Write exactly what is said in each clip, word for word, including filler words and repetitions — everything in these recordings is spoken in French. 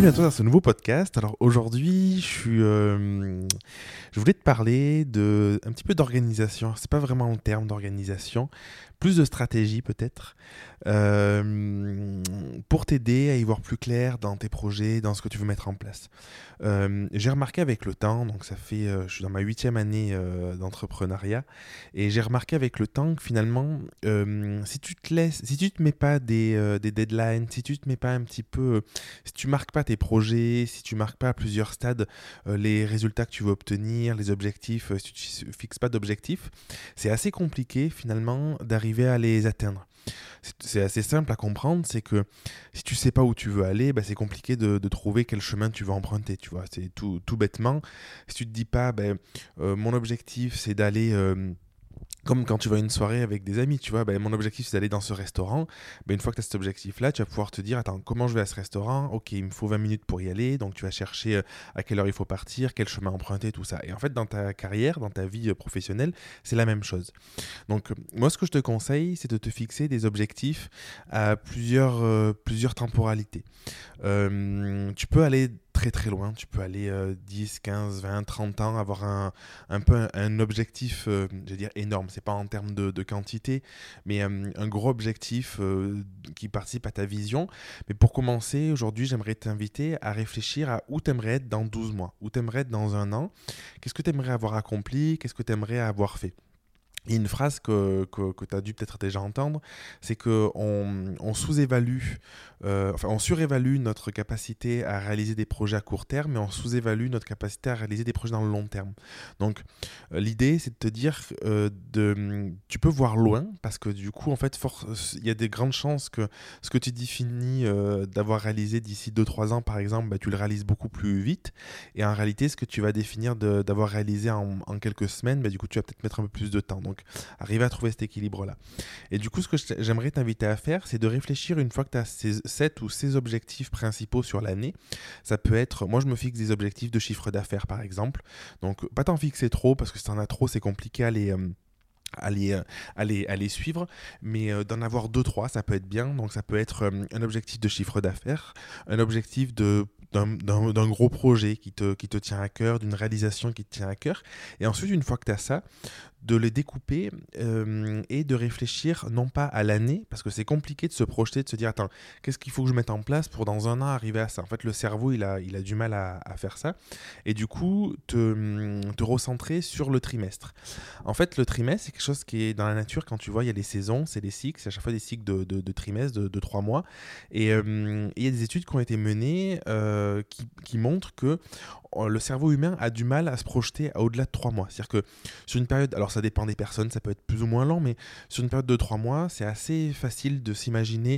Bienvenue à toi dans ce nouveau podcast. Alors aujourd'hui, je suis, euh, je voulais te parler de un petit peu d'organisation. C'est pas vraiment un terme d'organisation, plus de stratégie peut-être, euh, pour t'aider à y voir plus clair dans tes projets, dans ce que tu veux mettre en place. Euh, j'ai remarqué avec le temps, donc ça fait, euh, je suis dans ma huitième année euh, d'entrepreneuriat, et j'ai remarqué avec le temps que finalement, euh, si tu te laisses, si tu te mets pas des, euh, des deadlines, si tu te mets pas un petit peu, si tu marques pas tes projets, si tu marques pas à plusieurs stades euh, les résultats que tu veux obtenir, les objectifs, euh, si tu ne fixes pas d'objectifs, c'est assez compliqué finalement d'arriver à les atteindre. C'est, c'est assez simple à comprendre, c'est que si tu sais pas où tu veux aller, bah, c'est compliqué de, de trouver quel chemin tu veux emprunter, tu vois. C'est tout, tout bêtement. Si tu te dis pas, ben, euh, mon objectif c'est d'aller... euh, comme quand tu vas à une soirée avec des amis, tu vois, ben, mon objectif c'est d'aller dans ce restaurant. Ben, une fois que tu as cet objectif-là, tu vas pouvoir te dire, attends, comment je vais à ce restaurant? Ok, il me faut vingt minutes pour y aller, donc tu vas chercher euh, à quelle heure il faut partir, quel chemin emprunter, tout ça. Et en fait, dans ta carrière, dans ta vie euh, professionnelle, c'est la même chose. Donc, euh, moi, ce que je te conseille, c'est de te fixer des objectifs à plusieurs, euh, plusieurs temporalités. Euh, tu peux aller très très loin, tu peux aller euh, dix, quinze, vingt, trente ans, avoir un, un peu un, un objectif, euh, je veux dire énorme, c'est pas en termes de, de quantité, mais euh, un gros objectif euh, qui participe à ta vision. Mais pour commencer, aujourd'hui, j'aimerais t'inviter à réfléchir à où tu aimerais être dans douze mois, où tu aimerais être dans un an, qu'est-ce que tu aimerais avoir accompli, qu'est-ce que tu aimerais avoir fait. Il y a une phrase que, que, que tu as dû peut-être déjà entendre, c'est qu'on on sous-évalue, euh, enfin on surévalue notre capacité à réaliser des projets à court terme, mais on sous-évalue notre capacité à réaliser des projets dans le long terme. Donc euh, l'idée c'est de te dire, euh, de, tu peux voir loin, parce que du coup en fait il y a des grandes chances que ce que tu définis euh, d'avoir réalisé d'ici deux trois ans par exemple, bah, tu le réalises beaucoup plus vite, et en réalité ce que tu vas définir de, d'avoir réalisé en, en quelques semaines, bah, du coup tu vas peut-être mettre un peu plus de temps. Donc, arriver à trouver cet équilibre-là. Et du coup, ce que j'aimerais t'inviter à faire, c'est de réfléchir une fois que tu as ces sept ou ces objectifs principaux sur l'année. Ça peut être, moi je me fixe des objectifs de chiffre d'affaires par exemple. Donc, pas t'en fixer trop, parce que si t'en as trop, c'est compliqué à les... Euh, à les, euh, à, les, à les suivre, mais euh, d'en avoir deux trois, ça peut être bien. Donc ça peut être euh, un objectif de chiffre d'affaires, un objectif de, d'un, d'un, d'un gros projet qui te, qui te tient à cœur, d'une réalisation qui te tient à cœur. Et ensuite, une fois que tu as ça, de les découper euh, et de réfléchir non pas à l'année, parce que c'est compliqué de se projeter, de se dire attends, qu'est-ce qu'il faut que je mette en place pour dans un an arriver à ça. En fait, le cerveau, il a, il a du mal à, à faire ça. Et du coup, te, te recentrer sur le trimestre. En fait, le trimestre, c'est quelque chose qui est dans la nature. Quand tu vois, il y a les saisons, c'est des cycles, c'est à chaque fois des cycles de, de, de trimestre, de, de trois mois. Et euh, il y a des études qui ont été menées euh, qui, qui montrent que le cerveau humain a du mal à se projeter à au-delà de trois mois. C'est-à-dire que sur une période, alors ça dépend des personnes, ça peut être plus ou moins lent, mais sur une période de trois mois, c'est assez facile de s'imaginer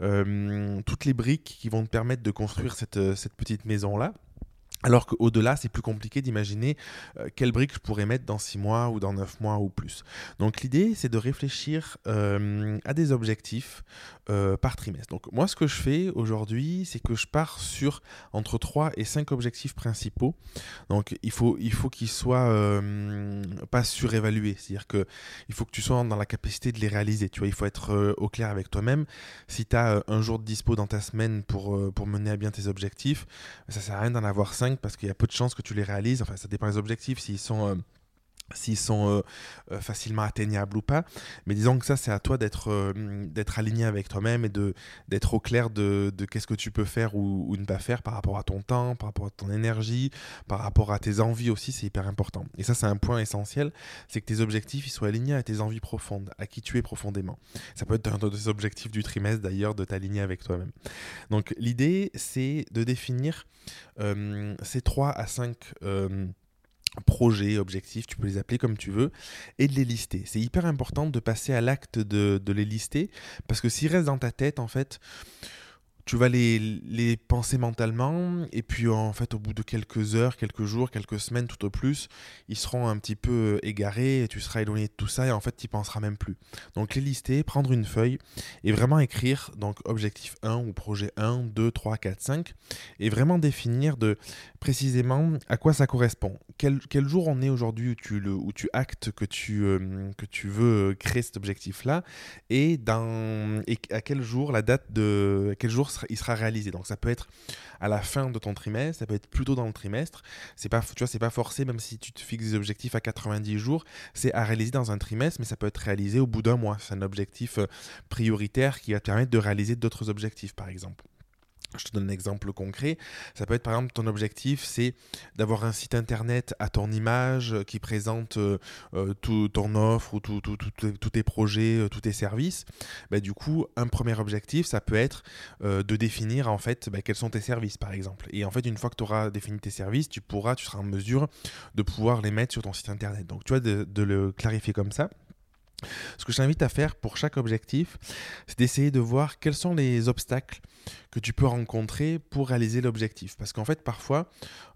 euh, toutes les briques qui vont te permettre de construire cette, cette petite maison-là. Alors qu'au-delà, c'est plus compliqué d'imaginer euh, quelle brique je pourrais mettre dans six mois ou dans neuf mois ou plus. Donc l'idée, c'est de réfléchir euh, à des objectifs euh, par trimestre. Donc moi, ce que je fais aujourd'hui, c'est que je pars sur entre trois et cinq objectifs principaux. Donc il faut, il faut qu'ils soient euh, pas surévalués. C'est-à-dire qu'il faut que tu sois dans la capacité de les réaliser. Tu vois, il faut être euh, au clair avec toi-même. Si tu as euh, un jour de dispo dans ta semaine pour, euh, pour mener à bien tes objectifs, ça sert à rien d'en avoir cinq parce qu'il y a peu de chances que tu les réalises. Enfin, ça dépend des objectifs, s'ils sont, euh, s'ils sont euh, euh, facilement atteignables ou pas. Mais disons que ça, c'est à toi d'être, euh, d'être aligné avec toi-même et de, d'être au clair de, de qu'est-ce que tu peux faire ou, ou ne pas faire par rapport à ton temps, par rapport à ton énergie, par rapport à tes envies aussi, c'est hyper important. Et ça, c'est un point essentiel, c'est que tes objectifs ils soient alignés à tes envies profondes, à qui tu es profondément. Ça peut être un des objectifs du trimestre d'ailleurs, de t'aligner avec toi-même. Donc l'idée, c'est de définir euh, ces trois à cinq euh, projets, objectifs, tu peux les appeler comme tu veux, et de les lister. C'est hyper important de passer à l'acte de, de les lister, parce que s'ils restent dans ta tête, en fait, tu vas les, les penser mentalement, et puis en fait au bout de quelques heures, quelques jours, quelques semaines tout au plus, ils seront un petit peu égarés, et tu seras éloigné de tout ça, et en fait tu n'y penseras même plus. Donc les lister, prendre une feuille, et vraiment écrire donc objectif un ou projet un, deux, trois, quatre, cinq, et vraiment définir de précisément à quoi ça correspond. Quel, quel jour on est aujourd'hui où tu, le, où tu actes que tu, euh, que tu veux créer cet objectif-là, et, dans, et à quel jour la date de... À quel jour sera, il sera réalisé. Donc ça peut être à la fin de ton trimestre, ça peut être plus tôt dans le trimestre. C'est pas, tu vois, c'est pas forcé, même si tu te fixes des objectifs à quatre-vingt-dix jours, c'est à réaliser dans un trimestre, mais ça peut être réalisé au bout d'un mois. C'est un objectif euh, prioritaire qui va te permettre de réaliser d'autres objectifs, par exemple. Je te donne un exemple concret. Ça peut être par exemple ton objectif, c'est d'avoir un site internet à ton image qui présente euh, euh, tout ton offre ou tous tout, tout, tout, tout tes projets, euh, tous tes services. Bah, du coup, un premier objectif, ça peut être euh, de définir en fait bah, quels sont tes services par exemple. Et en fait, une fois que tu auras défini tes services, tu pourras, tu seras en mesure de pouvoir les mettre sur ton site internet. Donc, tu vois, de, de le clarifier comme ça. Ce que je t'invite à faire pour chaque objectif, c'est d'essayer de voir quels sont les obstacles que tu peux rencontrer pour réaliser l'objectif. Parce qu'en fait, parfois,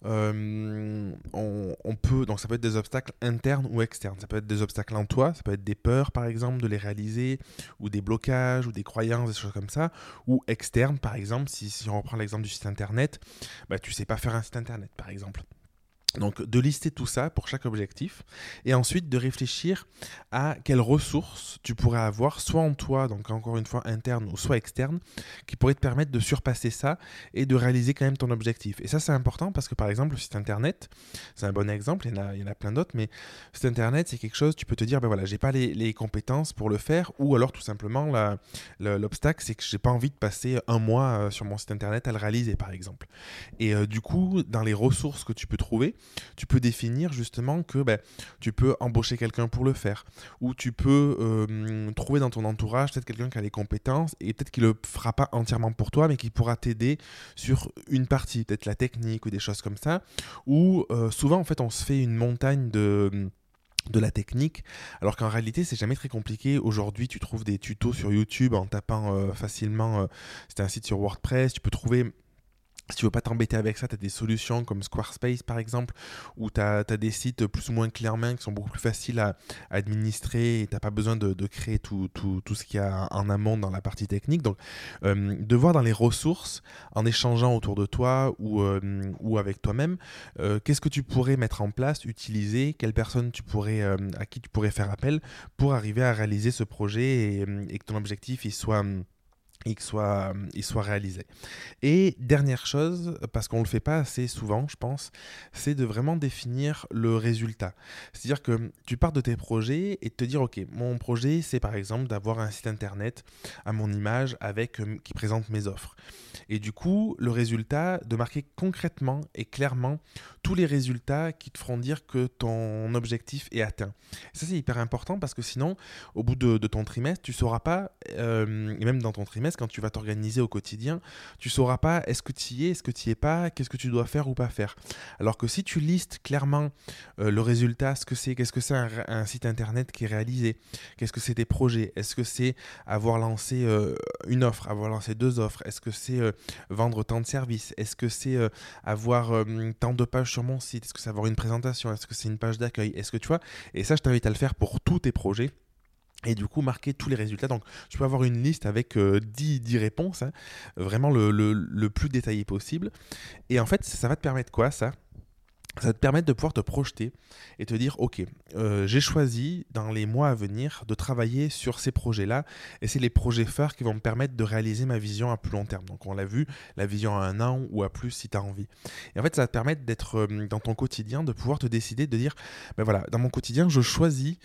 euh, on, on peut, donc ça peut être des obstacles internes ou externes. Ça peut être des obstacles en toi, ça peut être des peurs, par exemple, de les réaliser, ou des blocages, ou des croyances, des choses comme ça, ou externes, par exemple, si, si on reprend l'exemple du site internet, bah, tu ne sais pas faire un site internet, par exemple. Donc de lister tout ça pour chaque objectif et ensuite de réfléchir à quelles ressources tu pourrais avoir soit en toi, donc encore une fois interne ou soit externe, qui pourraient te permettre de surpasser ça et de réaliser quand même ton objectif. Et ça c'est important parce que par exemple le site internet, c'est un bon exemple, il y en a, il y en a plein d'autres, mais le site internet c'est quelque chose, tu peux te dire ben voilà, j'ai pas les, les compétences pour le faire, ou alors tout simplement la, la, l'obstacle c'est que j'ai pas envie de passer un mois sur mon site internet à le réaliser par exemple. Et euh, du coup dans les ressources que tu peux trouver, tu peux définir justement que ben, tu peux embaucher quelqu'un pour le faire, ou tu peux euh, trouver dans ton entourage peut-être quelqu'un qui a les compétences et peut-être qu'il ne le fera pas entièrement pour toi, mais qui pourra t'aider sur une partie, peut-être la technique ou des choses comme ça, ou euh, souvent en fait on se fait une montagne de... de la technique, alors qu'en réalité c'est jamais très compliqué. Aujourd'hui tu trouves des tutos sur YouTube en tapant euh, facilement, euh, c'est un site sur WordPress, tu peux trouver. Si tu veux pas t'embêter avec ça, tu as des solutions comme Squarespace par exemple, où tu as des sites plus ou moins clés en main qui sont beaucoup plus faciles à, à administrer et tu n'as pas besoin de, de créer tout, tout, tout ce qu'il y a en amont dans la partie technique. Donc, euh, de voir dans les ressources, en échangeant autour de toi ou, euh, ou avec toi-même, euh, qu'est-ce que tu pourrais mettre en place, utiliser, quelles personnes tu pourrais, euh, à qui tu pourrais faire appel pour arriver à réaliser ce projet et, et que ton objectif il soit... Il soit, il soit réalisé. Et dernière chose, parce qu'on ne le fait pas assez souvent, je pense, c'est de vraiment définir le résultat. C'est-à-dire que tu pars de tes projets et te dire, ok, mon projet, c'est par exemple d'avoir un site internet à mon image avec, euh, qui présente mes offres. Et du coup, le résultat, de marquer concrètement et clairement tous les résultats qui te feront dire que ton objectif est atteint. Et ça, c'est hyper important parce que sinon, au bout de, de ton trimestre, tu ne sauras pas, euh, et même dans ton trimestre, quand tu vas t'organiser au quotidien, tu ne sauras pas est-ce que tu y es, est-ce que tu n'y es pas, qu'est-ce que tu dois faire ou pas faire. Alors que si tu listes clairement euh, le résultat, ce que c'est, qu'est-ce que c'est un, un site internet qui est réalisé, qu'est-ce que c'est des projets, est-ce que c'est avoir lancé euh, une offre, avoir lancé deux offres, est-ce que c'est euh, vendre tant de services, est-ce que c'est euh, avoir euh, tant de pages sur mon site, est-ce que c'est avoir une présentation, est-ce que c'est une page d'accueil, est-ce que tu vois, et ça je t'invite à le faire pour tous tes projets. Et du coup, marquer tous les résultats. Donc, tu peux avoir une liste avec euh, dix, dix réponses, hein, vraiment le, le, le plus détaillé possible. Et en fait, ça, ça va te permettre quoi, ça ? Ça va te permettre de pouvoir te projeter et te dire, ok, euh, j'ai choisi dans les mois à venir de travailler sur ces projets-là et c'est les projets phares qui vont me permettre de réaliser ma vision à plus long terme. Donc on l'a vu, la vision à un an ou à plus si tu as envie. Et en fait, ça va te permettre d'être euh, dans ton quotidien, de pouvoir te décider, de dire, ben voilà, dans mon quotidien, je choisis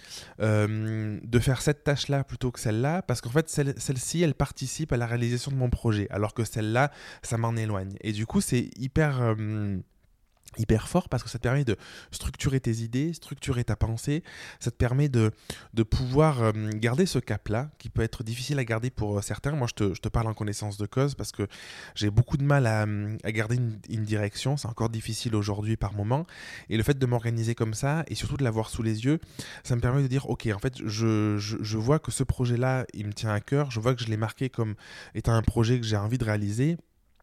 euh, de faire cette tâche-là plutôt que celle-là parce qu'en fait, celle, celle-ci, elle participe à la réalisation de mon projet alors que celle-là, ça m'en éloigne. Et du coup, c'est hyper... Euh, hyper fort parce que ça te permet de structurer tes idées, structurer ta pensée, ça te permet de, de pouvoir euh, garder ce cap-là qui peut être difficile à garder pour euh, certains. Moi je te, je te parle en connaissance de cause parce que j'ai beaucoup de mal à, à garder une, une direction, c'est encore difficile aujourd'hui par moment et le fait de m'organiser comme ça et surtout de l'avoir sous les yeux, ça me permet de dire ok en fait je, je, je vois que ce projet-là il me tient à cœur, je vois que je l'ai marqué comme étant un projet que j'ai envie de réaliser.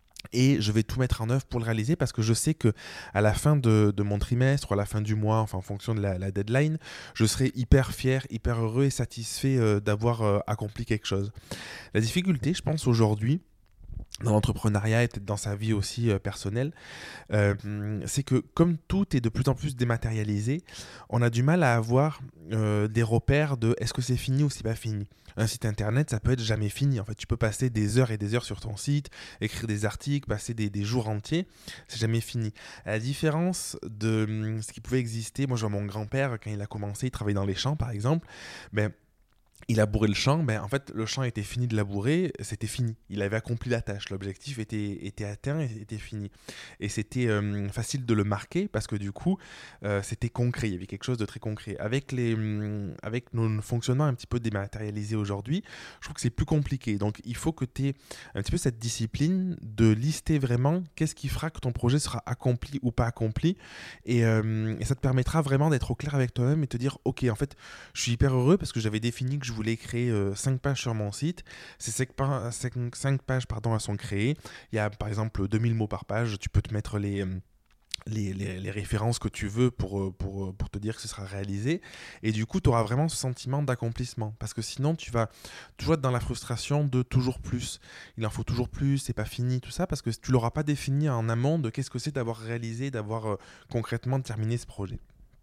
Et je vais tout mettre en œuvre pour le réaliser parce que je sais que à la fin de, de mon trimestre ou à la fin du mois, enfin en fonction de la, la deadline, je serai hyper fier, hyper heureux et satisfait euh, d'avoir euh, accompli quelque chose. La difficulté, je pense aujourd'hui, dans l'entrepreneuriat et peut-être dans sa vie aussi euh, personnelle, euh, c'est que comme tout est de plus en plus dématérialisé, on a du mal à avoir euh, des repères de est-ce que c'est fini ou c'est pas fini. Un site internet, ça peut être jamais fini. En fait, tu peux passer des heures et des heures sur ton site, écrire des articles, passer des, des jours entiers, c'est jamais fini. À la différence de hum, ce qui pouvait exister, moi je vois mon grand-père, quand il a commencé, il travaillait dans les champs par exemple, ben, il labourait le champ, ben en fait le champ était fini de labourer, c'était fini. Il avait accompli la tâche, l'objectif était, était atteint et était fini. Et c'était euh, facile de le marquer parce que du coup euh, c'était concret, il y avait quelque chose de très concret. Avec, les, hum, avec nos fonctionnements un petit peu dématérialisés aujourd'hui, je trouve que c'est plus compliqué. Donc il faut que tu aies un petit peu cette discipline de lister vraiment qu'est-ce qui fera que ton projet sera accompli ou pas accompli. Et, euh, et ça te permettra vraiment d'être au clair avec toi-même et te dire ok, en fait je suis hyper heureux parce que j'avais défini que je voulais créer euh, cinq pages sur mon site. Ces cinq pages pardon, elles sont créées. Il y a par exemple deux mille mots par page. Tu peux te mettre les... Les, les, les références que tu veux pour, pour, pour te dire que ce sera réalisé. Et du coup, tu auras vraiment ce sentiment d'accomplissement. Parce que sinon, tu vas toujours être dans la frustration de toujours plus. Il en faut toujours plus, c'est pas fini, tout ça, parce que tu l'auras pas défini en amont de qu'est-ce que c'est d'avoir réalisé, d'avoir euh, concrètement terminé ce projet.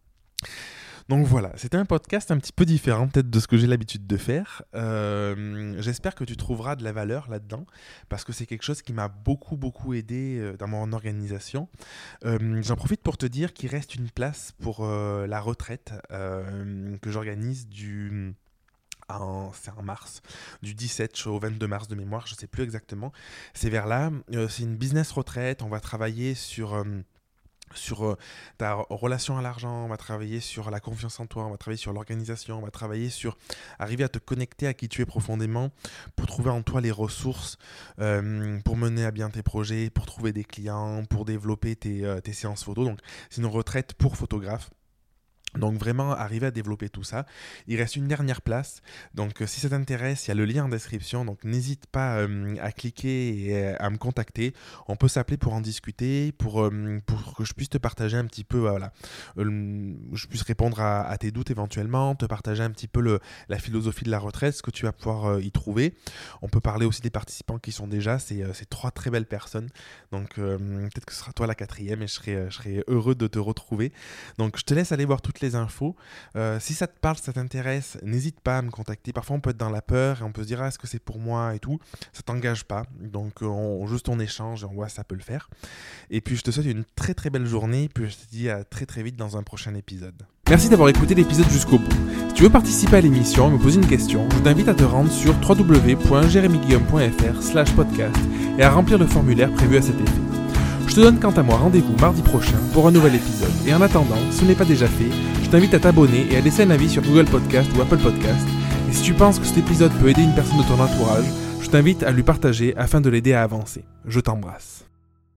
Donc voilà, c'était un podcast un petit peu différent peut-être de ce que j'ai l'habitude de faire. Euh, j'espère que tu trouveras de la valeur là-dedans parce que c'est quelque chose qui m'a beaucoup beaucoup aidé dans mon organisation. Euh, j'en profite pour te dire qu'il reste une place pour euh, la retraite euh, que j'organise du... En, c'est en mars, du dix-sept au vingt-deux mars de mémoire, je ne sais plus exactement. C'est vers là, euh, c'est une business retraite, on va travailler sur... Euh, sur euh, ta relation à l'argent, on va travailler sur la confiance en toi, on va travailler sur l'organisation, on va travailler sur arriver à te connecter à qui tu es profondément pour trouver en toi les ressources euh, pour mener à bien tes projets, pour trouver des clients, pour développer tes, euh, tes séances photo. Donc c'est une retraite pour photographe. Donc vraiment arriver à développer tout ça. Il reste une dernière place. Donc euh, si ça t'intéresse, il y a le lien en description. Donc n'hésite pas euh, à cliquer et euh, à me contacter. On peut s'appeler pour en discuter, pour, euh, pour que je puisse te partager un petit peu, euh, voilà, euh, je puisse répondre à, à tes doutes éventuellement, te partager un petit peu le, la philosophie de la retraite, ce que tu vas pouvoir euh, y trouver. On peut parler aussi des participants qui sont déjà. C'est, euh, c'est trois très belles personnes. Donc euh, peut-être que ce sera toi la quatrième et je serai, euh, je serai heureux de te retrouver. Donc je te laisse aller voir toutes les infos. Euh, si ça te parle, si ça t'intéresse, n'hésite pas à me contacter. Parfois, on peut être dans la peur et on peut se dire ah, est-ce que c'est pour moi et tout. Ça t'engage pas. Donc, on, juste on échange et on voit si ça peut le faire. Et puis, je te souhaite une très très belle journée. Puis, je te dis à très très vite dans un prochain épisode. Merci d'avoir écouté l'épisode jusqu'au bout. Si tu veux participer à l'émission et me poser une question, je t'invite à te rendre sur w w w point jeremy guillaume point f r slash podcast et à remplir le formulaire prévu à cet effet. Je te donne quant à moi rendez-vous mardi prochain pour un nouvel épisode. Et en attendant, si ce n'est pas déjà fait, je t'invite à t'abonner et à laisser un avis sur Google Podcast ou Apple Podcast. Et si tu penses que cet épisode peut aider une personne de ton entourage, je t'invite à lui partager afin de l'aider à avancer. Je t'embrasse.